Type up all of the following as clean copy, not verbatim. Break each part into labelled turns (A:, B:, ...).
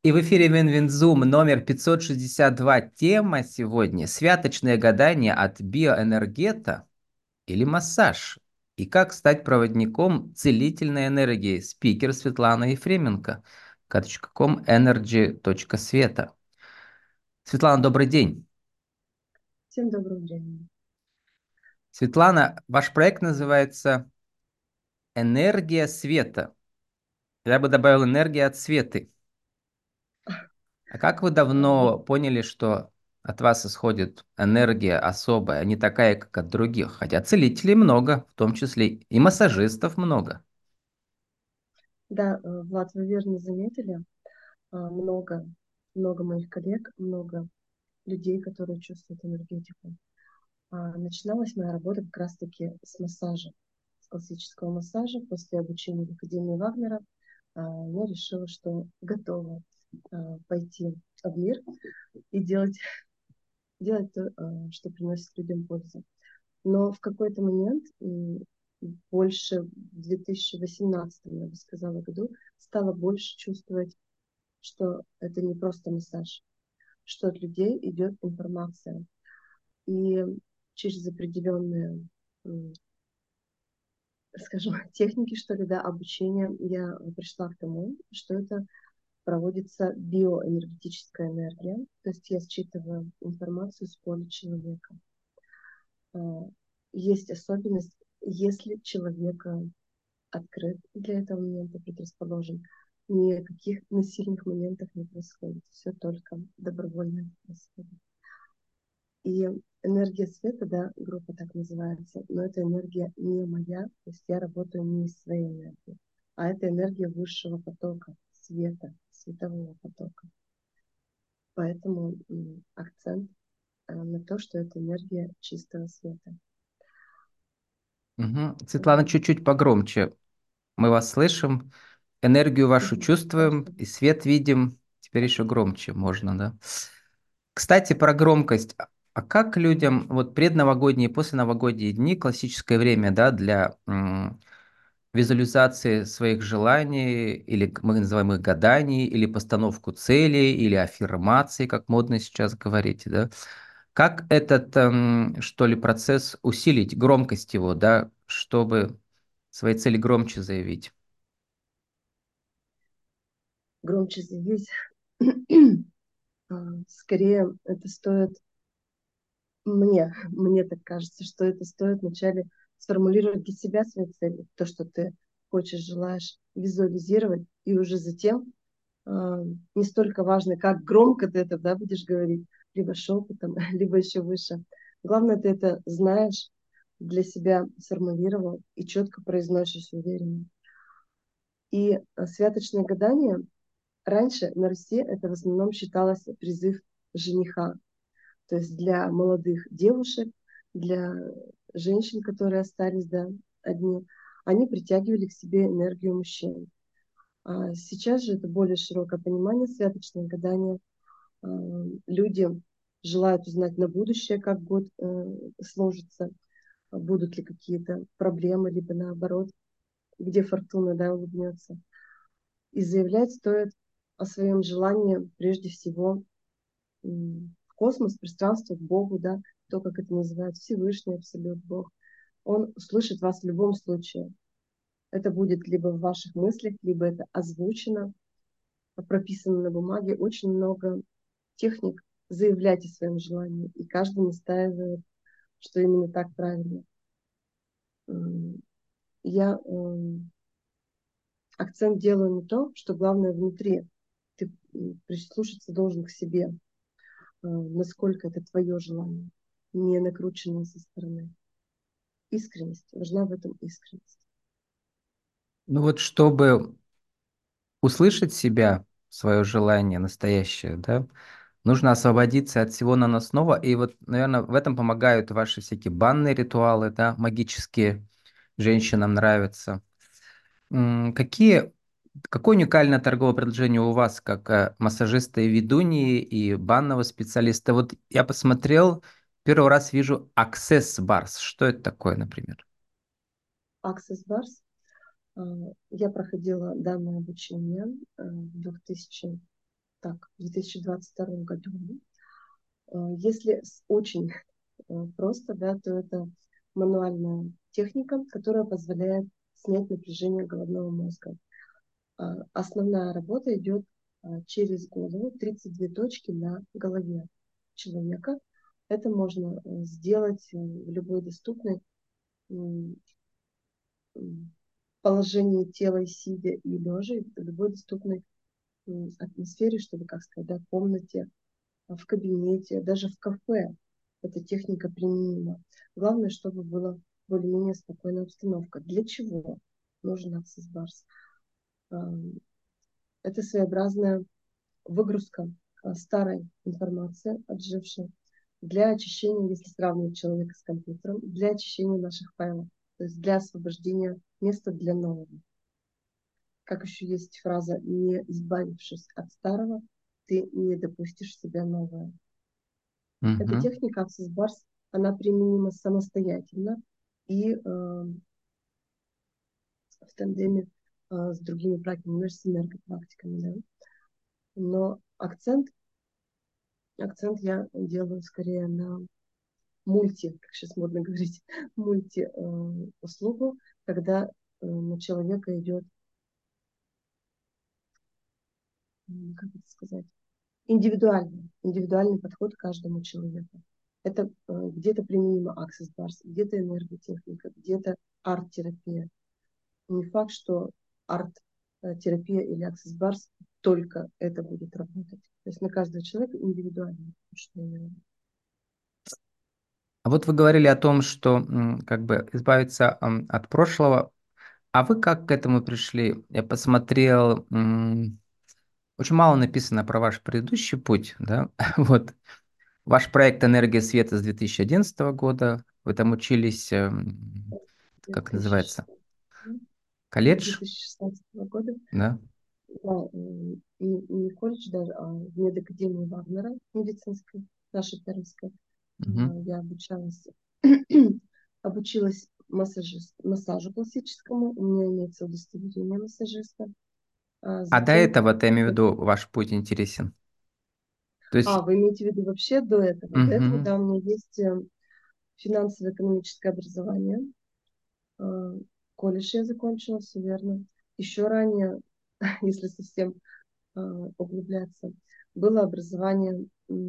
A: И в эфире Винвинзум номер 562. Тема сегодня — святочное гадание от биоэнергета или массаж. И как стать проводником целительной энергии. Спикер Светлана Ефременко. kp.com energy.света. Светлана, добрый день.
B: Всем доброго времени.
A: Светлана, ваш проект называется «Энергия света». Я бы добавил «Энергия от Светы». А как вы
B: Ам,
A: давно поняли, что от вас исходит энергия особая, а не такая, как от других? Хотя целителей много, в том числе и массажистов много.
B: Да, Влад, вы верно заметили, много, много моих коллег, много людей, которые чувствуют энергетику. Начиналась моя работа как раз-таки с массажа, с классического массажа. После обучения в Академии Вагнера я решила, что готова пойти в мир и делать то, что приносит людям пользу. Но в какой-то момент, больше в 2018, я бы сказала, году, стала больше чувствовать, что это не просто массаж, что от людей идет информация. И через определенные, скажем, техники, что ли, да, обучения, я пришла к тому, что это проводится биоэнергетическая энергия, то есть я считываю информацию с поля человека. Есть особенность, если человек открыт для этого момента, предрасположен, никаких насильных моментов не происходит. Все только добровольно происходит. И энергия света, да, группа так называется, но эта энергия не моя, то есть я работаю не из своей энергии, а это энергия высшего потока, света, светового потока. Поэтому акцент на то, что это энергия чистого света.
A: Мгм. Светлана,
B: М,
A: чуть-чуть погромче. Мы вас слышим, энергию вашу чувствуем
B: Хорошо.
A: и свет видим. Теперь еще громче можно, да? Кстати, про громкость. А как людям вот предновогодние и посленовогодние дни, классическое время, да, для визуализации своих желаний, или мы называем их гаданий, или постановку целей, или аффирмации, как модно сейчас говорить, да? Как этот, что ли, процесс усилить, громкость его, да, чтобы свои цели громче заявить?
B: Громче заявить. Скорее, это стоит мне так кажется, что это стоит вначале сформулировать для себя свои цели, то, что ты хочешь, желаешь визуализировать, и уже затем не столько важно, как громко ты это, да, будешь говорить, либо шепотом, либо еще выше. Главное, ты это знаешь, для себя сформулировал и четко произносишь уверенно. И святочное гадание раньше на Руси это в основном считалось призыв жениха, то есть для молодых девушек, для женщин, которые остались, да, одни, они притягивали к себе энергию мужчин. А сейчас же это более широкое понимание святочного гадания. А, Люди желают узнать на будущее, как год сложится, будут ли какие-то проблемы, либо наоборот, где фортуна, да, улыбнется. И заявлять стоит о своем желании прежде всего в космос, пространство, к Богу, да, то, как это называют, Всевышний Абсолют Бог. Он услышит вас в любом случае. Это будет либо в ваших мыслях, либо это озвучено, прописано на бумаге. Очень много техник заявлять о своем желании, и каждый настаивает, что именно так правильно. Я акцент делаю на то, что главное внутри. Ты прислушаться должен к себе, насколько это твое желание, не накрученное со стороны. Искренность. Важна в этом искренность.
A: Ну вот, чтобы услышать себя, свое желание настоящее, да, нужно освободиться от всего наносного. И вот, наверное, в этом помогают ваши всякие банные ритуалы, да, магические, женщинам нравятся. Какие, какое уникальное торговое предложение у вас, как массажиста и ведуньи, и банного специалиста? Вот я посмотрел, первый раз вижу Access Bars. Что это такое, например?
B: Access Bars. Я проходила данное обучение в 2022 так, в 2022 году. Если очень просто, да, то это мануальная техника, которая позволяет снять напряжение головного мозга. Основная работа идет через голову, 32 точки на голове человека. Это можно сделать в любой доступной положении тела и сидя, и лежа, и в любой доступной атмосфере, чтобы, как сказать, да, в комнате, в кабинете, даже в кафе. Эта техника применима. Главное, чтобы была более-менее спокойная обстановка. Для чего нужен Access Bars? Это своеобразная выгрузка старой информации, отжившей, для очищения, если сравнивать человека с компьютером, для очищения наших файлов, то есть для освобождения места для нового. Как еще есть фраза «не избавившись от старого, ты не допустишь себя новое». Эта
A: Мгм.
B: техника Access Bars, она применима самостоятельно и в тандеме с другими практиками, например, с энергопрактиками. Да? Но акцент я делаю скорее на как сейчас модно говорить, услугу, когда на человека идет, как это сказать, индивидуальный подход к каждому человеку. Это где-то применимо Access Bars, где-то энерготехника, где-то арт-терапия. Не факт, что арт-терапия или Access Bars только это будет работать. То есть на каждого человека индивидуально. Что я имею в виду.
A: А вот вы говорили о том, что как бы избавиться от прошлого. А вы как к этому пришли? Я посмотрел, очень мало написано про ваш предыдущий путь, да? Вот ваш проект «Энергия света» с 2011 года. Вы там учились, как называется,
B: 2016, до
A: колледж,
B: 2016 года.
A: да?
B: Да, не в колледж даже, а в медакадемии Вагнера медицинской, нашей Пермской.
A: Мгм.
B: Я обучилась массажу классическому. У меня имеется удостоверение массажиста.
A: А до
B: Затем,
A: этого-то, я имею в виду, ваш путь интересен. То есть,
B: вы имеете в виду вообще до этого? До этого,
A: мгм.
B: да, у меня есть финансово-экономическое образование. Э, Колледж я закончила, все верно. Еще ранее, если совсем э, углубляться, было образование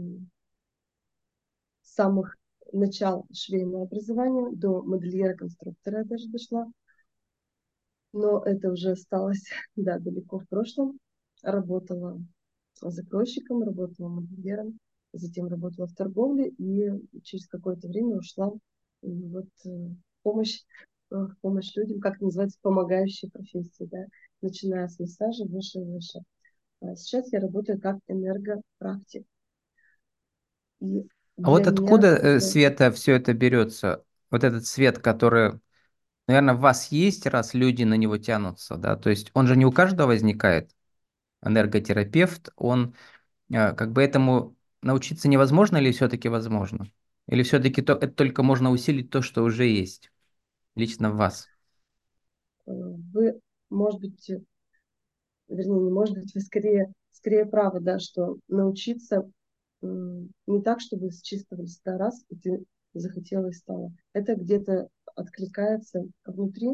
B: с самых начал швейного образования до модельера-конструктора я даже дошла. Но это уже осталось, да, далеко в прошлом. Работала закройщиком, работала модельером, затем работала в торговле и через какое-то время ушла в помощь, в помощь людям, как это называется, помогающие профессии, да, начиная с массажа выше и выше. Сейчас я работаю как энергопрактик. И
A: А
B: для
A: вот
B: меня
A: откуда,
B: это
A: Света, все это берется? Вот этот свет, который, наверное, в вас есть, раз люди на него тянутся, да? То есть он же не у каждого возникает. Энерготерапевт, он как бы этому научиться невозможно или все-таки возможно? Или все-таки это только можно усилить то, что уже есть лично в вас?
B: вы, может быть, вернее, не может быть, вы скорее правы, да, что научиться не так, чтобы с чистого листа раз, и ты захотела и стала. Это где-то откликается внутри,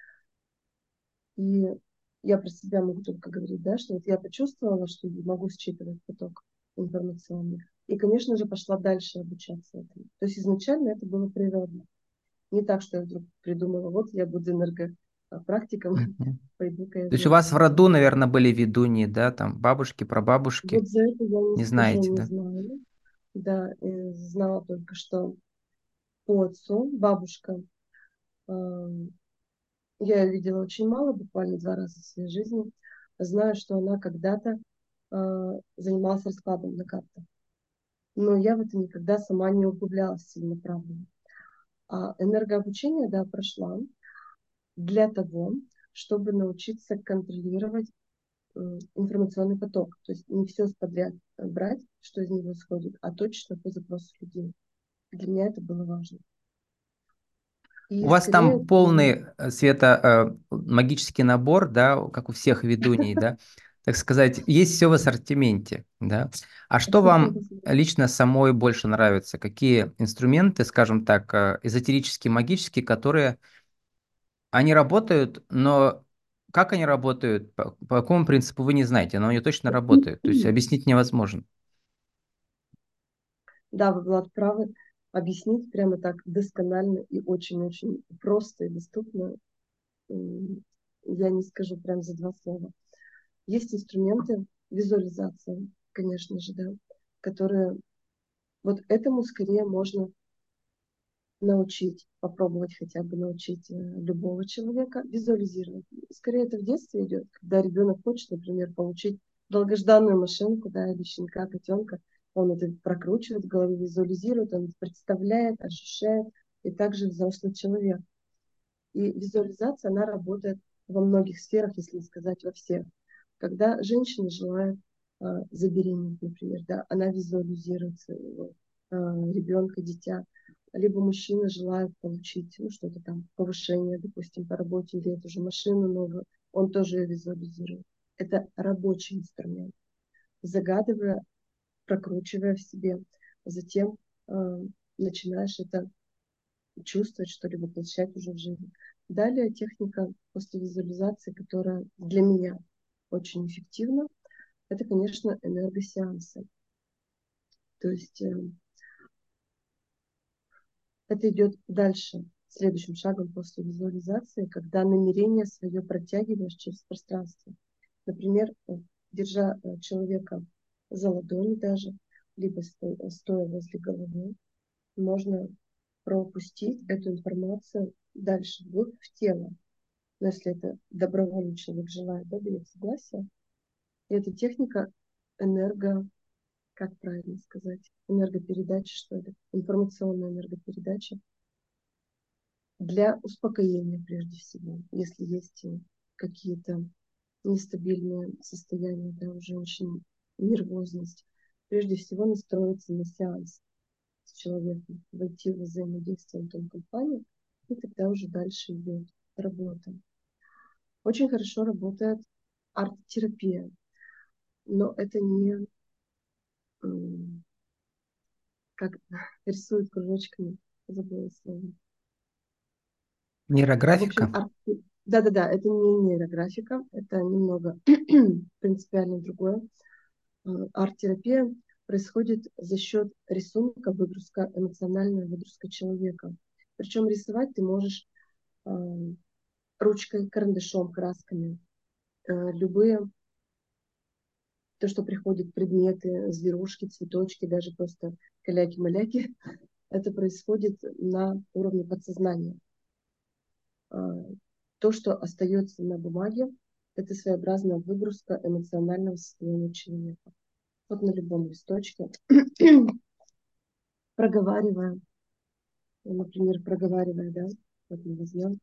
B: и я про себя могу только говорить, да, что вот я почувствовала, что могу считывать поток информационный. И, конечно же, пошла дальше обучаться этому. То есть изначально это было природно. Не так, что я вдруг придумала, вот я буду энергопрактиком,
A: Мгм.
B: пойду-ка я
A: То есть у вас в
B: заниматься.
A: роду, наверное, были ведуньи, да, там бабушки, прабабушки,
B: Вот за это я не
A: не
B: скажу,
A: знаете,
B: не
A: да?
B: знаю. Да, знала только, что по отцу бабушка, э, я ее видела очень мало, буквально 2 раза в своей жизни. Знаю, что она когда-то занималась раскладом на картах. Но я в это никогда сама не углублялась сильно, правда. А энергообучение, да, прошла для того, чтобы научиться контролировать информационный поток. То есть не все подряд брать, что из него исходит, а точно по запросу людей. Для меня это было важно.
A: У
B: И
A: вас
B: скорее,
A: там полный, Света, магический набор, да, как у всех ведуней, да? так сказать, есть все в ассортименте, да. А что
B: Абсолютно
A: вам
B: разумно.
A: лично самой больше нравится? Какие инструменты, скажем так, эзотерические, магические, которые они работают, но как они работают, по какому принципу вы не знаете, но они точно работают. То есть объяснить невозможно.
B: Да, вы, Влад, правы. Объяснить прямо так досконально и очень-очень просто и доступно я не скажу прям за два слова. Есть инструменты визуализации, конечно же, да, которые вот этому скорее можно научить, попробовать хотя бы научить любого человека визуализировать. Скорее это в детстве идет, когда ребенок хочет, например, получить долгожданную машинку, да, или щенка, котенка, он это прокручивает в голове, визуализирует, он это представляет, ощущает, и также взрослый человек. И визуализация, она работает во многих сферах, если не сказать во всех. Когда женщина желает забеременеть, например, да, она визуализирует своего ребенка, дитя. Либо мужчина желает получить ну, что-то там, повышение, допустим, по работе, или эту же машину новую, он тоже ее визуализирует. Это рабочий инструмент. Загадывая, прокручивая в себе, затем начинаешь это чувствовать, что-либо воплощать уже в жизнь. Далее техника после визуализации, которая для меня очень эффективна, это, конечно, энергосеансы. То есть это идет дальше, следующим шагом после визуализации, когда намерение свое протягиваешь через пространство. Например, держа человека за ладони даже, либо стоя возле головы, можно пропустить эту информацию дальше, вглубь в тело. Но если это добровольный человек желает, да, дает согласие. И эта техника энерго, как правильно сказать, энергопередачи, что ли, информационная энергопередача для успокоения прежде всего, если есть какие-то нестабильные состояния, да, у женщин, нервозность. Прежде всего настроиться на сеанс с человеком, войти в взаимодействие в том компании, и тогда уже дальше идет работа. Очень хорошо работает арт-терапия, но это не как рисуют кружочками, забыла слово. В общем,
A: Нейрографика?
B: да-да-да, это не нейрографика, это немного принципиально другое. Арт-терапия происходит за счет рисунка, выгрузка, эмоциональная выгрузка человека. Причем рисовать ты можешь э, ручкой, карандашом, красками. Любые то, что приходят предметы, зверушки, цветочки, даже просто каляки-маляки, это происходит на уровне подсознания. То, что остается на бумаге, это своеобразная выгрузка эмоционального состояния человека. Вот на любом листочке, проговаривая, например, проговаривая, да, вот мы возьмем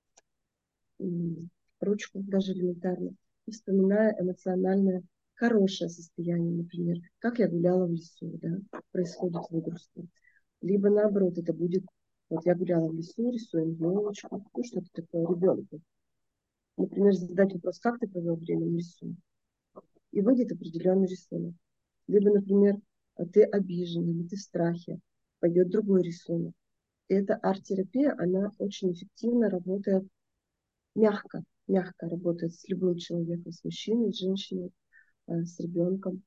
B: ручку, даже элементарно, и вспоминая эмоциональное хорошее состояние, например, как я гуляла в лесу, да, происходит выгрузка. Либо наоборот, это будет, вот я гуляла в лесу, рисуем елочку, ну что-то такое ребенку. Например, задать вопрос, как ты провел время в лесу? И выйдет определенный рисунок. Либо, например, ты обижен, или ты в страхе, пойдет другой рисунок. И эта арт-терапия, она очень эффективно работает мягко, мягко работает с любым человеком, с мужчиной, с женщиной, с ребенком.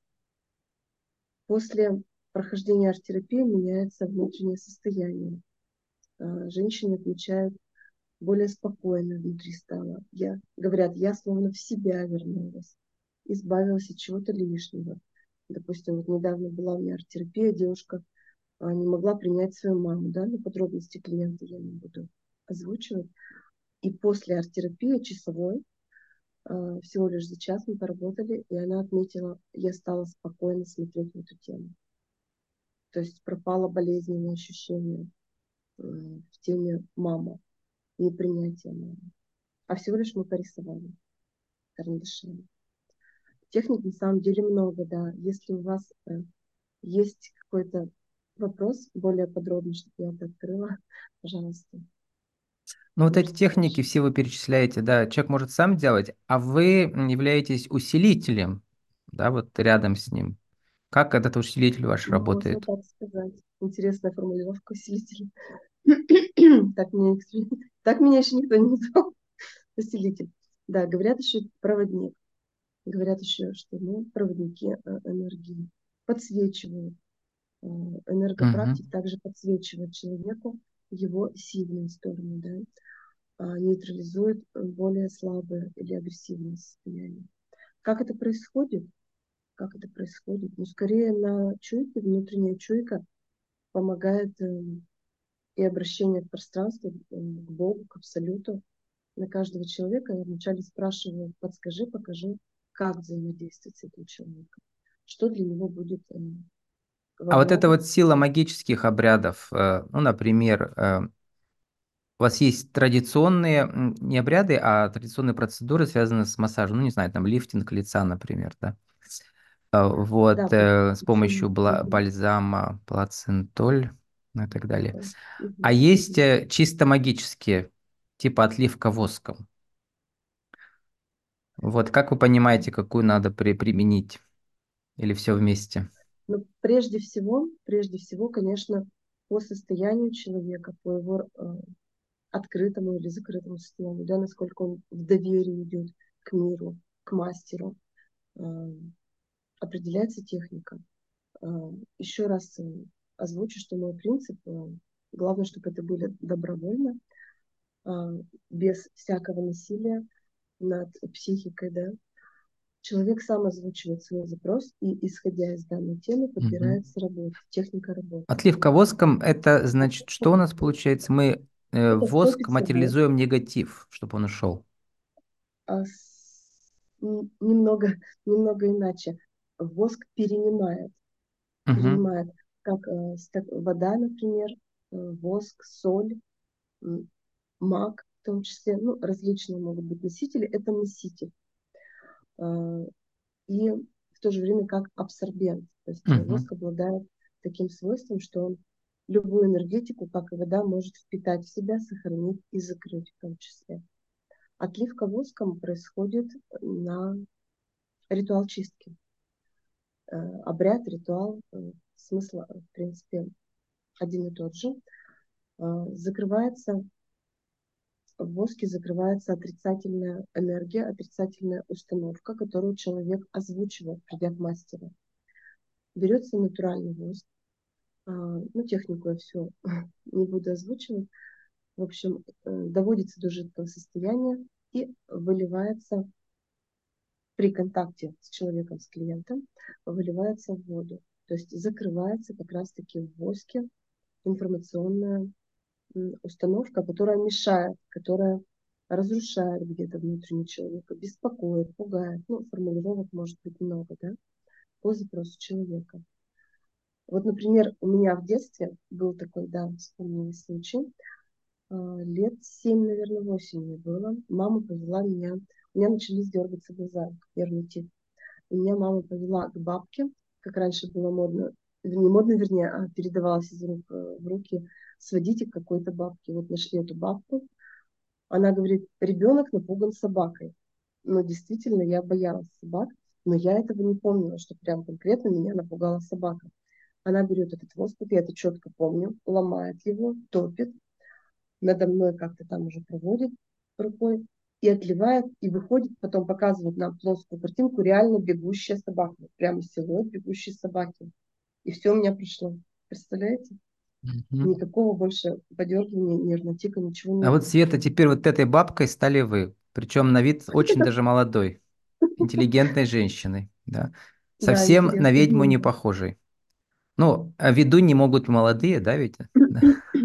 B: После прохождения арт-терапии меняется внутреннее состояние. Женщины отмечают более спокойно внутри стало. Говорят, я словно в себя вернулась, избавилась от чего-то лишнего. Допустим, вот недавно была у меня арт-терапия, девушка не могла принять свою маму, да, но подробности клиента я не буду озвучивать. И после арт-терапии часовой, всего лишь за час мы поработали, и она отметила, я стала спокойно смотреть в эту тему. То есть пропало болезненное ощущение в теме мама, непринятие мамы. А всего лишь мы порисовали карандашами. Техник на самом деле много, да. Если у вас есть какой-то вопрос более подробный, чтобы я это открыла, пожалуйста.
A: Ну, вот эти
B: может
A: техники
B: помочь.
A: все вы перечисляете, да, человек может сам делать, а вы являетесь усилителем, да, вот рядом с ним. Как этот усилитель ваш
B: Можно
A: работает?
B: так сказать. Интересная формулировка усилителя. Так меня, так меня еще никто не назвал. Усилитель. Да, говорят еще проводник. Говорят еще, что мы проводники энергии. Подсвечивают.
A: Мгм.
B: Энергопрактик также подсвечивает человеку его сильные стороны, да, нейтрализует более слабые или агрессивные состояния. Как это происходит? Как это происходит? Ну, скорее на чуйке, внутренняя чуйка помогает и обращение к пространству, к Богу, к Абсолюту. На каждого человека я вначале спрашиваю, подскажи, покажи, как взаимодействовать с этим человеком, что для него будет во
A: А вот эта
B: благо.
A: вот сила магических обрядов, ну, например, у вас есть традиционные не обряды, а традиционные процедуры, связанные с массажем, ну, не знаю, там лифтинг лица, например, да?
B: Да,
A: Вот, с помощью
B: мгм,
A: бальзама плацентоль, ну и так далее.
B: да,
A: А
B: мгм,
A: есть
B: мгм.
A: чисто магические, типа отливка воском. Вот как вы понимаете, какую надо применить? Или все вместе?
B: Но прежде всего, конечно, по состоянию человека, по его открытому или закрытому состоянию, да, насколько он в доверии идет к миру, к мастеру, э, определяется техника. Еще раз озвучу, что мой принцип, главное, чтобы это было добровольно, без всякого насилия над психикой, да. Человек сам озвучивает свой запрос и, исходя из данной темы,
A: Мгм.
B: подбирается работа, техника работы.
A: Отливка воском – это значит, что у нас получается? Мы
B: Это
A: воск
B: стопится воск,
A: материализуем негатив, чтобы он ушел.
B: а немного, немного иначе. Воск
A: Мгм.
B: перенимает как вода, например, воск, соль, м, мак в том числе, ну, различные могут быть носители, это носитель. А, И в то же время как абсорбент. То есть
A: Мгм.
B: воск обладает таким свойством, что он любую энергетику, как и вода, может впитать в себя, сохранить и закрыть в том числе. Отливка воском происходит на ритуал чистки. Обряд, ритуал, смысл, в принципе, один и тот же. Закрывается в воске закрывается отрицательная энергия, отрицательная установка, которую человек озвучивает, придя к мастеру. Берется натуральный воск. Ну, технику я все не буду озвучивать. В общем, доводится до жидкого состояния и выливается при контакте с человеком, с клиентом, выливается в воду. То есть закрывается как раз-таки в воске информационная установка, которая мешает, которая разрушает где-то внутренний человека, беспокоит, пугает. Ну, формулировок может быть много, да, по запросу человека. Вот, например, у меня в детстве был такой, да, вспомнила случай. Лет 7, наверное, 8 мне было. Мама повела меня, у меня начались дергаться глаза, нервный тик. И меня мама повела к бабке, как раньше было модно, не модно, вернее, а передавалось из рук в руки, сводите к какой-то бабке. Вот нашли эту бабку. Она говорит, ребенок напуган собакой. Но действительно, я боялась собак, но я этого не помнила, что прям конкретно меня напугала собака. Она берет этот воздух, я это четко помню, ломает его, топит, надо мной как-то там уже проводит рукой и отливает, и выходит, потом показывает нам плоскую картинку, реально бегущая собака, прямо силуэт бегущей собаки. И все у меня пришло. Представляете?
A: Мгм.
B: Никакого больше подергивания, нервного тика, ничего
A: А
B: не
A: вот,
B: было.
A: Света, теперь вот этой бабкой стали вы, причем на вид очень даже молодой, интеллигентной женщиной, да,
B: Да,
A: совсем на
B: интересный
A: ведьму не
B: момент.
A: похожей. Ну, а ведуньи могут молодые, да, ведь? Да.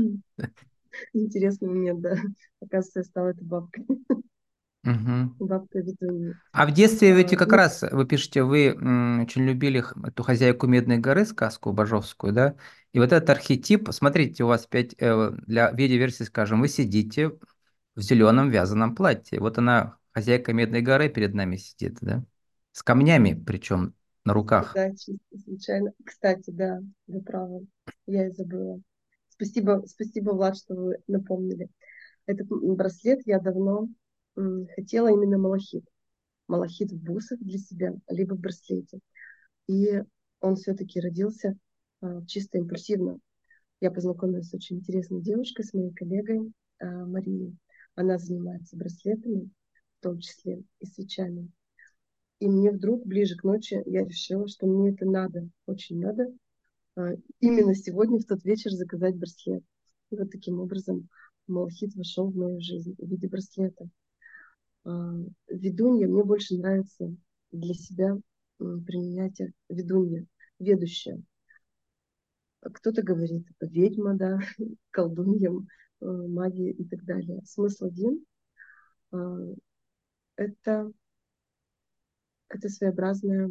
B: Интересный момент, да. Оказывается, я стала этой бабкой.
A: Мгм.
B: Бабкой ведуньей.
A: А в детстве ведь как
B: Ну,
A: раз, вы пишете, вы очень любили эту «Хозяйку Медной горы», сказку Бажовскую, да? И вот этот архетип, смотрите, у вас опять для видеоверсии, скажем, вы сидите в зеленом вязаном платье. Вот она, хозяйка Медной горы, перед нами сидит, да? С камнями, причем на руках.
B: да, чисто случайно. Кстати, да, вы правы. Я и забыла. Спасибо, спасибо, Влад, что вы напомнили. Этот браслет я давно хотела именно малахит. Малахит в бусах для себя, либо в браслете. И он все-таки родился чисто импульсивно. Я познакомилась с очень интересной девушкой, с моей коллегой Марией. Она занимается браслетами, в том числе и свечами. И мне вдруг, ближе к ночи, я решила, что мне это надо, очень надо. Именно сегодня, в тот вечер, заказать браслет. И вот таким образом малахит вошел в мою жизнь в виде браслета. Ведунья, мне больше нравится для себя применять ведунья, ведущая. Кто-то говорит, это ведьма, да, колдунья, магия и так далее. Смысл один. а, Это, это своеобразная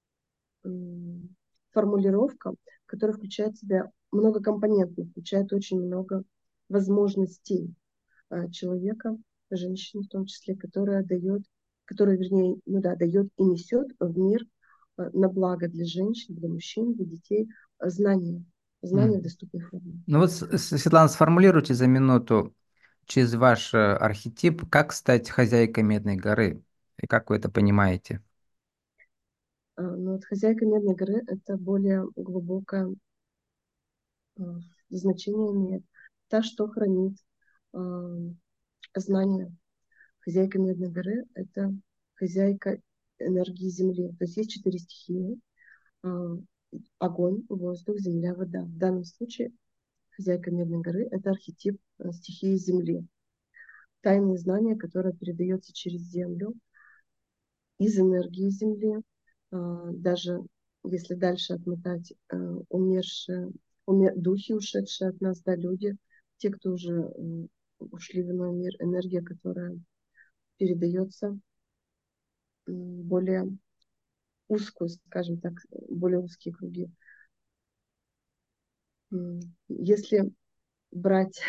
B: формулировка, которая включает в себя многокомпонентно, включает очень много возможностей человека, женщины в том числе, которая, вернее, ну да, дает и несет в мир на благо для женщин, для мужчин, для детей знания, знания в
A: М.
B: доступной форме.
A: Ну вот, Светлана, сформулируйте за минуту через ваш архетип, как стать хозяйкой Медной горы, и как вы это понимаете?
B: Но вот хозяйка Медной горы это более глубокое а, значение имеет. Та, что хранит а, знания. Хозяйка Медной горы это хозяйка энергии Земли. То есть есть четыре стихии. а, Огонь, воздух, земля, вода. В данном случае хозяйка Медной горы это архетип стихии Земли. Тайные знания, которое передается через Землю, из энергии Земли, даже если дальше отмотать умершие, духи, ушедшие от нас, да, люди, те, кто уже ушли в иной мир, энергия, которая передается более узкую, скажем так, более узкие круги. Если брать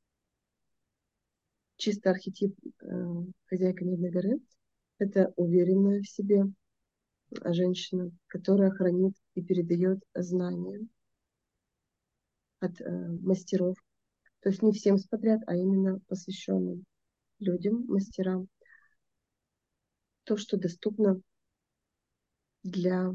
B: чисто архетип хозяйка Медной горы, это уверенная в себе женщина, которая хранит и передает знания от мастеров. То есть не всем подряд, а именно посвященным людям, мастерам. То, что доступно для,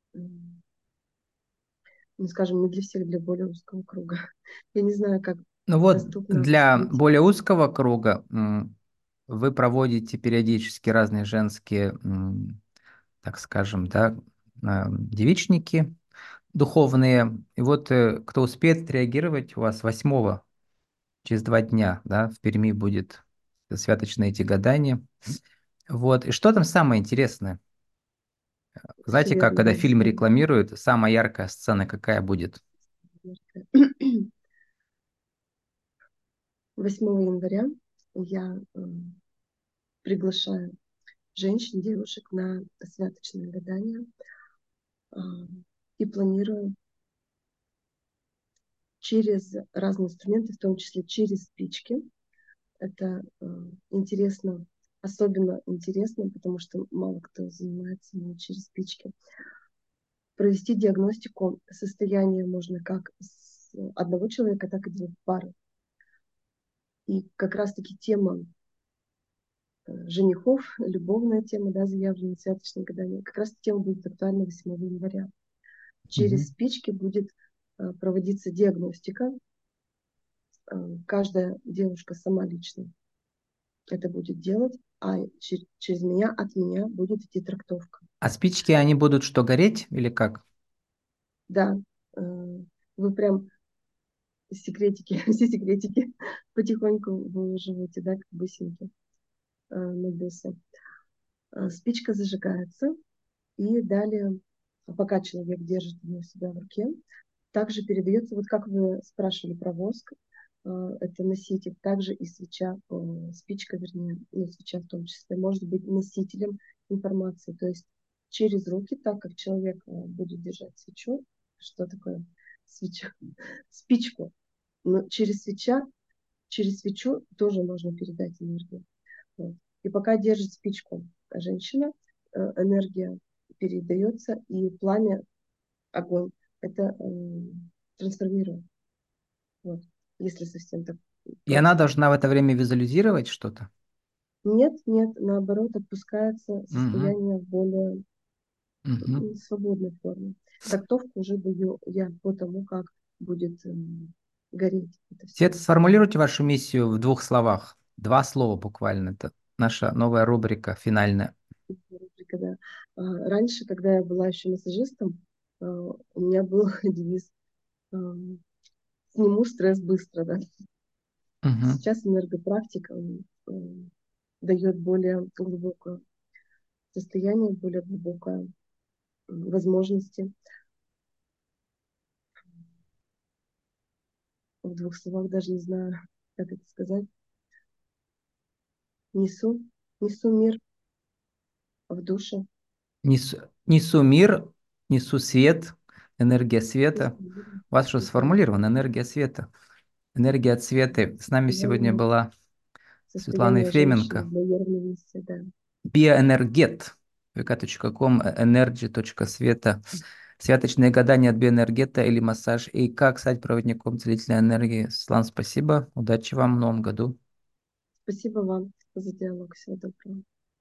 B: ну скажем, не для всех, для более узкого круга. Я не знаю, как
A: Ну вот,
B: доступно
A: для
B: быть.
A: более узкого круга вы проводите периодически разные женские, так скажем, да, девичники духовные. И вот кто успеет реагировать, у вас 8 через 2 дня, да, в Перми будет святочное эти гадания. Вот, и что там самое интересное?
B: Все
A: Знаете, как
B: верно,
A: когда
B: да,
A: фильм
B: 8
A: рекламируют, самая яркая сцена какая будет?
B: 8 января я приглашаю женщин, девушек на святочное гадание э, и планирую через разные инструменты, в том числе через спички. Это интересно, особенно интересно, потому что мало кто занимается именно через спички. Провести диагностику состояния можно как с одного человека, так и двух пар. И как раз-таки тема женихов, любовная тема, да, заявленная святочное гадание, как раз тема будет актуальна 8 января. Через
A: Мгм.
B: спички будет проводиться диагностика. Каждая девушка сама лично это будет делать, а через меня, от меня будет идти трактовка.
A: А спички, они будут что, гореть или как?
B: Да, вы прям секретики, все секретики потихоньку выживаете, да, как бусинки на бусы. Спичка зажигается, и далее, пока человек держит ее у себя в руке, также передается, вот как вы спрашивали про воск, это носитель, также и свеча, спичка, вернее, ну, свеча в том числе, может быть носителем информации, то есть через руки, так как человек будет держать свечу, что такое свеча, спичку, но через свечу тоже можно передать энергию. Вот. И пока держит спичку женщина, энергия передается, и пламя, огонь, это трансформирует. Вот. Если совсем так
A: И она
B: просто.
A: должна в это время визуализировать что-то?
B: Нет, нет, наоборот, отпускается
A: Мгм.
B: состояние в более
A: Мгм.
B: свободной форме. Трактовку уже даю я по тому, как будет гореть это все.
A: Свет, сформулируйте вашу миссию в двух словах. Два слова буквально. Это наша новая рубрика финальная.
B: Рубрика, да. Раньше, когда я была еще массажистом, у меня был девиз «Сниму стресс быстро». Да?
A: Мгм.
B: Сейчас энергопрактика дает более глубокое состояние, более глубокое возможности. В двух словах даже не знаю, как это сказать. Несу, несу мир в душе.
A: Несу мир, несу свет, энергия
B: Несу
A: света.
B: мир,
A: У вас что
B: да,
A: сформулировано? Энергия света. Энергия от света. С нами сегодня
B: состояние,
A: была Светлана
B: состояние женщины
A: Ефременко,
B: для нервности, да.
A: биоэнергет, vk.com, energy.света, святочные гадания от биоэнергета или массаж, и как стать проводником целительной энергии. Светлана, спасибо, удачи вам в новом году.
B: Спасибо вам за диалог. Всего доброго.